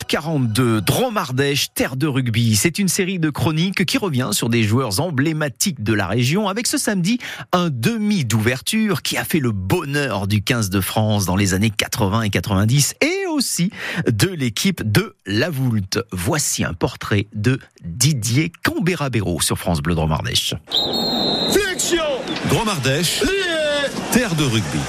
20h42, Drôme-Ardèche, terre de rugby. C'est une série de chroniques qui revient sur des joueurs emblématiques de la région avec ce samedi un demi d'ouverture qui a fait le bonheur du 15 de France dans les années 80 et 90 et aussi de l'équipe de La Voulte. Voici un portrait de Didier Cambera-Béraud sur France Bleu Drôme-Ardèche. Flexion Drôme-Ardèche, terre de rugby.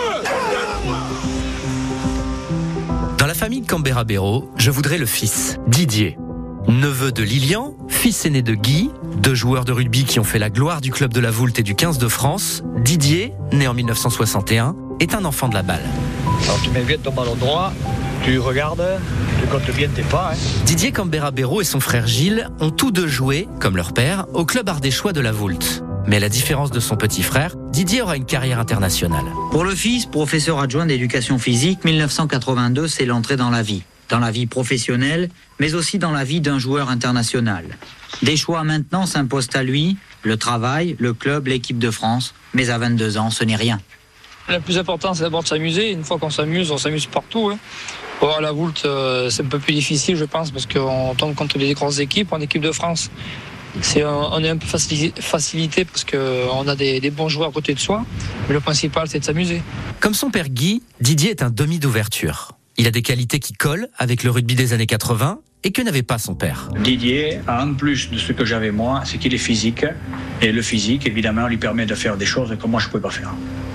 Dans la famille Cambera-Béraud, je voudrais le fils, Didier. Neveu de Lilian, fils aîné de Guy, deux joueurs de rugby qui ont fait la gloire du club de La Voulte et du 15 de France, Didier, né en 1961, est un enfant de la balle. Alors tu mets bien ton ballon droit, tu regardes, tu comptes bien tes pas. Didier Cambera-Béraud et son frère Gilles ont tous deux joué, comme leur père, au club ardéchois de La Voulte. Mais à la différence de son petit frère, Didier aura une carrière internationale. Pour le fils, professeur adjoint d'éducation physique, 1982, c'est l'entrée dans la vie professionnelle, mais aussi dans la vie d'un joueur international. Des choix maintenant s'imposent à lui, le travail, le club, l'équipe de France, mais à 22 ans, ce n'est rien. Le plus important, c'est d'abord de s'amuser. Une fois qu'on s'amuse, on s'amuse partout. Pour La Voulte, c'est un peu plus difficile, je pense, parce qu'on tombe contre les grosses équipes. En équipe de France, on est un peu facilité parce qu'on a des bons joueurs à côté de soi. Mais le principal, c'est de s'amuser. Comme son père Guy, Didier est un demi d'ouverture. Il a des qualités qui collent avec le rugby des années 80 et que n'avait pas son père. Didier, en plus de ce que j'avais moi, c'est qu'il est physique. Et le physique, évidemment, lui permet de faire des choses que moi, je ne pouvais pas faire.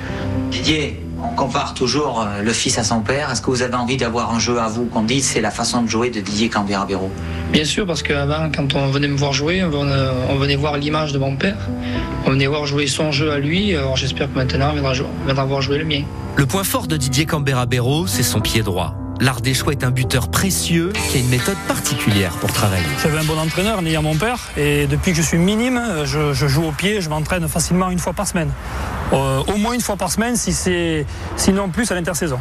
Didier, on compare toujours le fils à son père. Est-ce que vous avez envie d'avoir un jeu à vous qu'on dise c'est la façon de jouer de Didier Cambera-Béraud? Bien sûr, parce qu'avant, quand on venait me voir jouer, on venait voir l'image de mon père. On venait voir jouer son jeu à lui. Alors j'espère que maintenant, on viendra voir jouer le mien. Le point fort de Didier Cambera-Béraud, c'est son pied droit. L'Ardéchois est un buteur précieux qui a une méthode particulière pour travailler. J'avais un bon entraîneur, en ayant mon père, et depuis que je suis minime, je joue au pied, je m'entraîne facilement une fois par semaine. Au moins une fois par semaine, sinon plus à l'intersaison.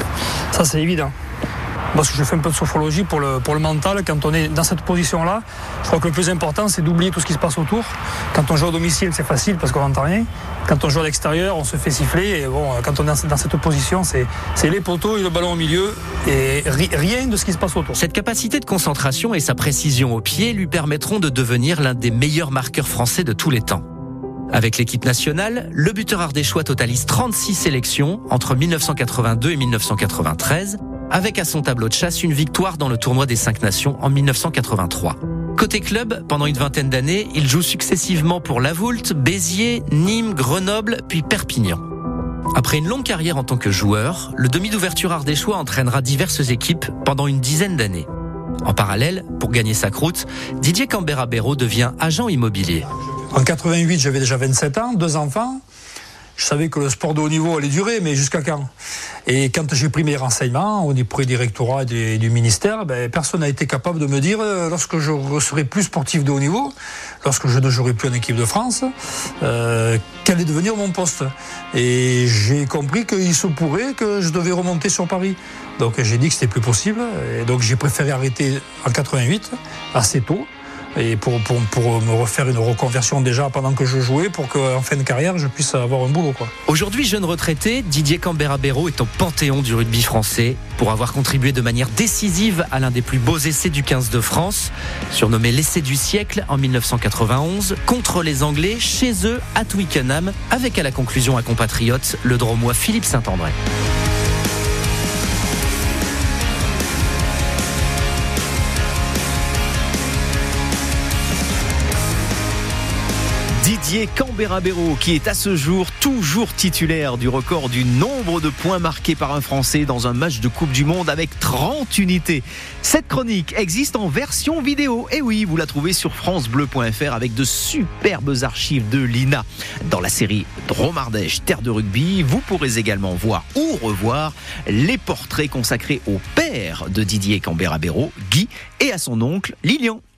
Ça, c'est évident. Parce que je fais un peu de sophrologie pour le mental. Quand on est dans cette position-là, je crois que le plus important, c'est d'oublier tout ce qui se passe autour. Quand on joue au domicile, c'est facile parce qu'on n'entend rien. Quand on joue à l'extérieur, on se fait siffler. Et bon, quand on est dans cette position, c'est les poteaux et le ballon au milieu et rien de ce qui se passe autour. Cette capacité de concentration et sa précision au pied lui permettront de devenir l'un des meilleurs marqueurs français de tous les temps. Avec l'équipe nationale, le buteur ardéchois totalise 36 sélections entre 1982 et 1993, avec à son tableau de chasse une victoire dans le tournoi des 5 Nations en 1983. Côté club, pendant une vingtaine d'années, il joue successivement pour La Voulte, Béziers, Nîmes, Grenoble, puis Perpignan. Après une longue carrière en tant que joueur, le demi d'ouverture ardéchois entraînera diverses équipes pendant une dizaine d'années. En parallèle, pour gagner sa croûte, Didier Cambera-Béraud devient agent immobilier. En 88, j'avais déjà 27 ans, 2 enfants. Je savais que le sport de haut niveau allait durer, mais jusqu'à quand? Et quand j'ai pris mes renseignements auprès du rectorat et du ministère, personne n'a été capable de me dire, lorsque je serai plus sportif de haut niveau, lorsque je ne jouerai plus en équipe de France, quel est devenir mon poste. Et j'ai compris qu'il se pourrait que je devais remonter sur Paris. Donc j'ai dit que c'était plus possible, et donc j'ai préféré arrêter en 88, assez tôt. Et pour me refaire une reconversion déjà pendant que je jouais, pour qu'en fin de carrière, je puisse avoir un boulot, quoi. Aujourd'hui jeune retraité, Didier Cambera-Béraud est au panthéon du rugby français pour avoir contribué de manière décisive à l'un des plus beaux essais du 15 de France, surnommé l'essai du siècle en 1991, contre les Anglais, chez eux, à Twickenham, avec à la conclusion un compatriote, le Dromois Philippe Saint-André. Didier Cambera-Béraud qui est à ce jour toujours titulaire du record du nombre de points marqués par un Français dans un match de Coupe du Monde avec 30 unités. Cette chronique existe en version vidéo. Et oui, vous la trouvez sur francebleu.fr avec de superbes archives de l'INA. Dans la série Drôme-Ardèche, terre de rugby, vous pourrez également voir ou revoir les portraits consacrés au père de Didier Cambera-Béraud, Guy, et à son oncle Lilian.